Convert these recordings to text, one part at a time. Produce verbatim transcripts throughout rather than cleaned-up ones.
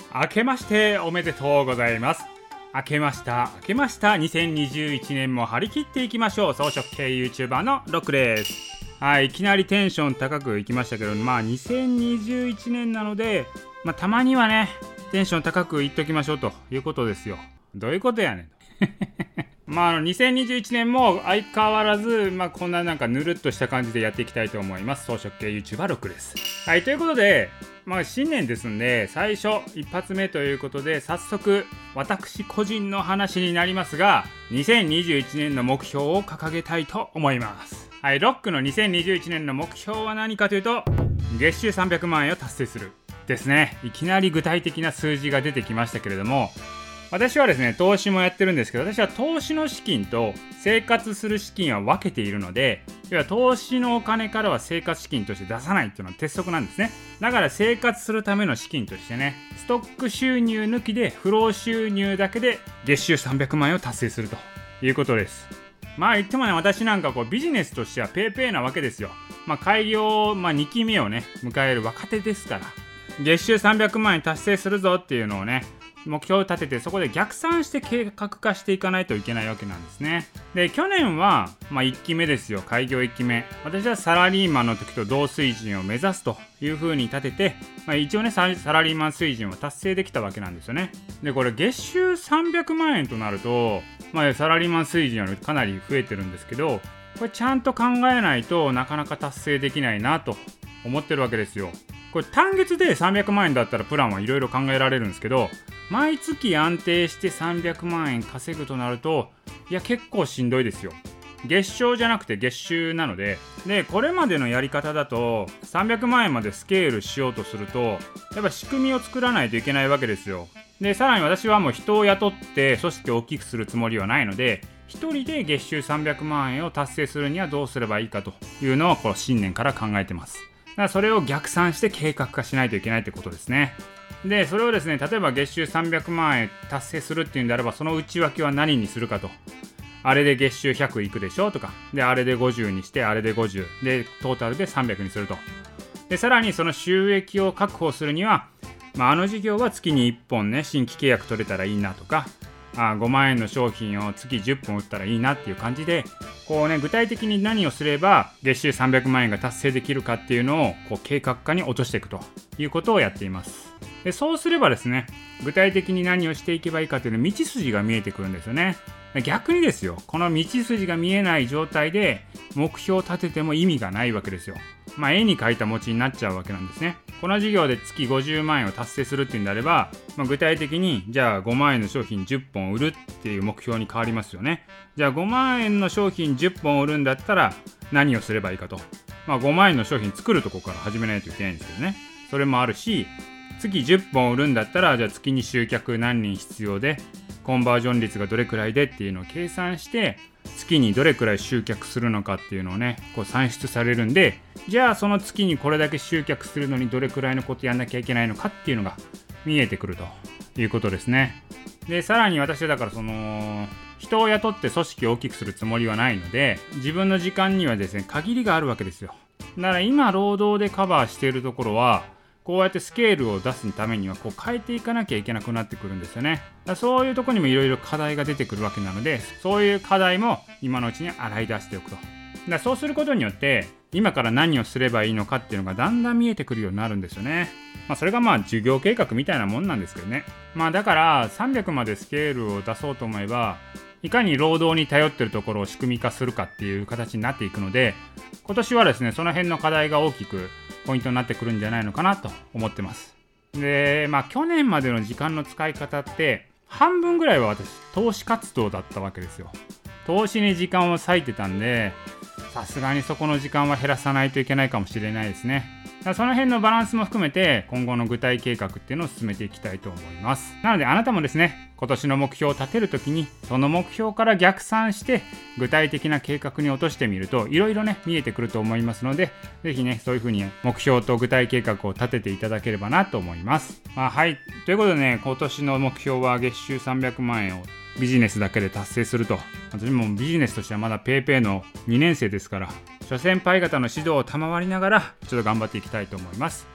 明けましておめでとうございます。明けました明けましたにせんにじゅういちねんも張り切っていきましょう。草食系 YouTuber のロックです。はい、いきなりテンション高くいきましたけど、まあにせんにじゅういちねんなので、まあたまにはねテンション高くいっときましょうということですよ。どういうことやねんまあ、あのにせんにじゅういちねんも相変わらず、まあ、こんななんかぬるっとした感じでやっていきたいと思います。草食系 YouTuber ロックです。はい、ということで、まあ、新年ですんで最初一発目ということで、早速私個人の話になりますが、にせんにじゅういちねんの目標を掲げたいと思います。はい、ロックのにせんにじゅういちねんの目標は何かというと、月収さんびゃくまんえんを達成するですね。いきなり具体的な数字が出てきましたけれども、私はですね投資もやってるんですけど、私は投資の資金と生活する資金は分けているので、要は投資のお金からは生活資金として出さないっていうのは鉄則なんですね。だから生活するための資金としてね、ストック収入抜きで不労収入だけで月収さんびゃくまんえんを達成するということです。まあ言ってもね、私なんかこうビジネスとしてはペーペーなわけですよ。まあ開業、まあ、にきめをね迎える若手ですから、月収さんびゃくまんえん達成するぞっていうのをね目標を立てて、そこで逆算して計画化していかないといけないわけなんですね。で、去年は、まあ、いっきめですよ。開業いっきめ。私はサラリーマンの時と同水準を目指すという風に立てて、まあ、一応ねサラリーマン水準を達成できたわけなんですよね。で、これ月収さんびゃくまんえんとなると、まあ、サラリーマン水準よりかなり増えてるんですけど、これちゃんと考えないとなかなか達成できないなと思ってるわけですよ。これ単月でさんびゃくまんえんだったらプランはいろいろ考えられるんですけど、毎月安定してさんびゃくまんえん稼ぐとなると、いや結構しんどいですよ。月賞じゃなくて月収なので、でこれまでのやり方だとさんびゃくまんえんまでスケールしようとすると、やっぱ仕組みを作らないといけないわけですよ。でさらに私はもう人を雇って組織を大きくするつもりはないので、一人で月収さんびゃくまんえんを達成するにはどうすればいいかというのをこの新年から考えてます。だからそれを逆算して計画化しないといけないってことですね。でそれをですね、例えば月収さんびゃくまんえん達成するっていうんであれば、その内訳は何にするかと。あれで月収ひゃくいくでしょとかで、あれでごじゅうにして、あれでごじゅうでトータルでさんびゃくにすると。でさらにその収益を確保するには、まあ、あの事業は月にいっぽんね新規契約取れたらいいなとか、あごまんえんの商品を月じゅっぽん売ったらいいなっていう感じで、こうね具体的に何をすれば月収さんびゃくまんえんが達成できるかっていうのをこう計画化に落としていくということをやっています。でそうすればですね、具体的に何をしていけばいいかっていうの道筋が見えてくるんですよね。逆にですよ、この道筋が見えない状態で目標を立てても意味がないわけですよ。まあ絵に描いた餅になっちゃうわけなんですね。この事業で月ごじゅうまんえんを達成するっていうんであれば、まあ、具体的にじゃあごまんえんの商品じゅっぽん売るっていう目標に変わりますよね。じゃあごまんえんの商品じゅっぽん売るんだったら何をすればいいかと。まあごまんえんの商品作るとこから始めないといけないんですけどね。それもあるし、月じゅっぽん売るんだったら、じゃあ月に集客何人必要で、コンバージョン率がどれくらいでっていうのを計算して、月にどれくらい集客するのかっていうのをねこう算出されるんで、じゃあその月にこれだけ集客するのにどれくらいのことやんなきゃいけないのかっていうのが見えてくるということですね。でさらに私はだからその人を雇って組織を大きくするつもりはないので、自分の時間にはですね限りがあるわけですよ。だから今労働でカバーしているところは、こうやってスケールを出すためにはこう変えていかなきゃいけなくなってくるんですよね。だからそういうところにもいろいろ課題が出てくるわけなので、そういう課題も今のうちに洗い出しておくと。だからそうすることによって今から何をすればいいのかっていうのがだんだん見えてくるようになるんですよね。まあそれがまあ事業計画みたいなもんなんですけどね。まあだからさんびゃくまでスケールを出そうと思えば、いかに労働に頼ってるところを仕組み化するかっていう形になっていくので、今年はですねその辺の課題が大きくポイントになってくるんじゃないのかなと思ってます。でまあ去年までの時間の使い方って半分ぐらいは私投資活動だったわけですよ。投資に時間を割いてたんで、さすがにそこの時間は減らさないといけないかもしれないですね。だからその辺のバランスも含めて今後の具体計画っていうのを進めていきたいと思います。なのであなたもですね、今年の目標を立てるときにその目標から逆算して具体的な計画に落としてみるといろいろね見えてくると思いますので、ぜひねそういう風に目標と具体計画を立てていただければなと思います。まあ、はいということでね、今年の目標は月収さんびゃくまんえんをビジネスだけで達成すると。私もビジネスとしてはまだペイペイのにねん生ですから、諸先輩方の指導を賜りながらちょっと頑張っていきたいと思います。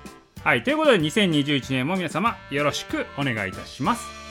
はい、ということでにせんにじゅういちねんも皆様よろしくお願いいたします。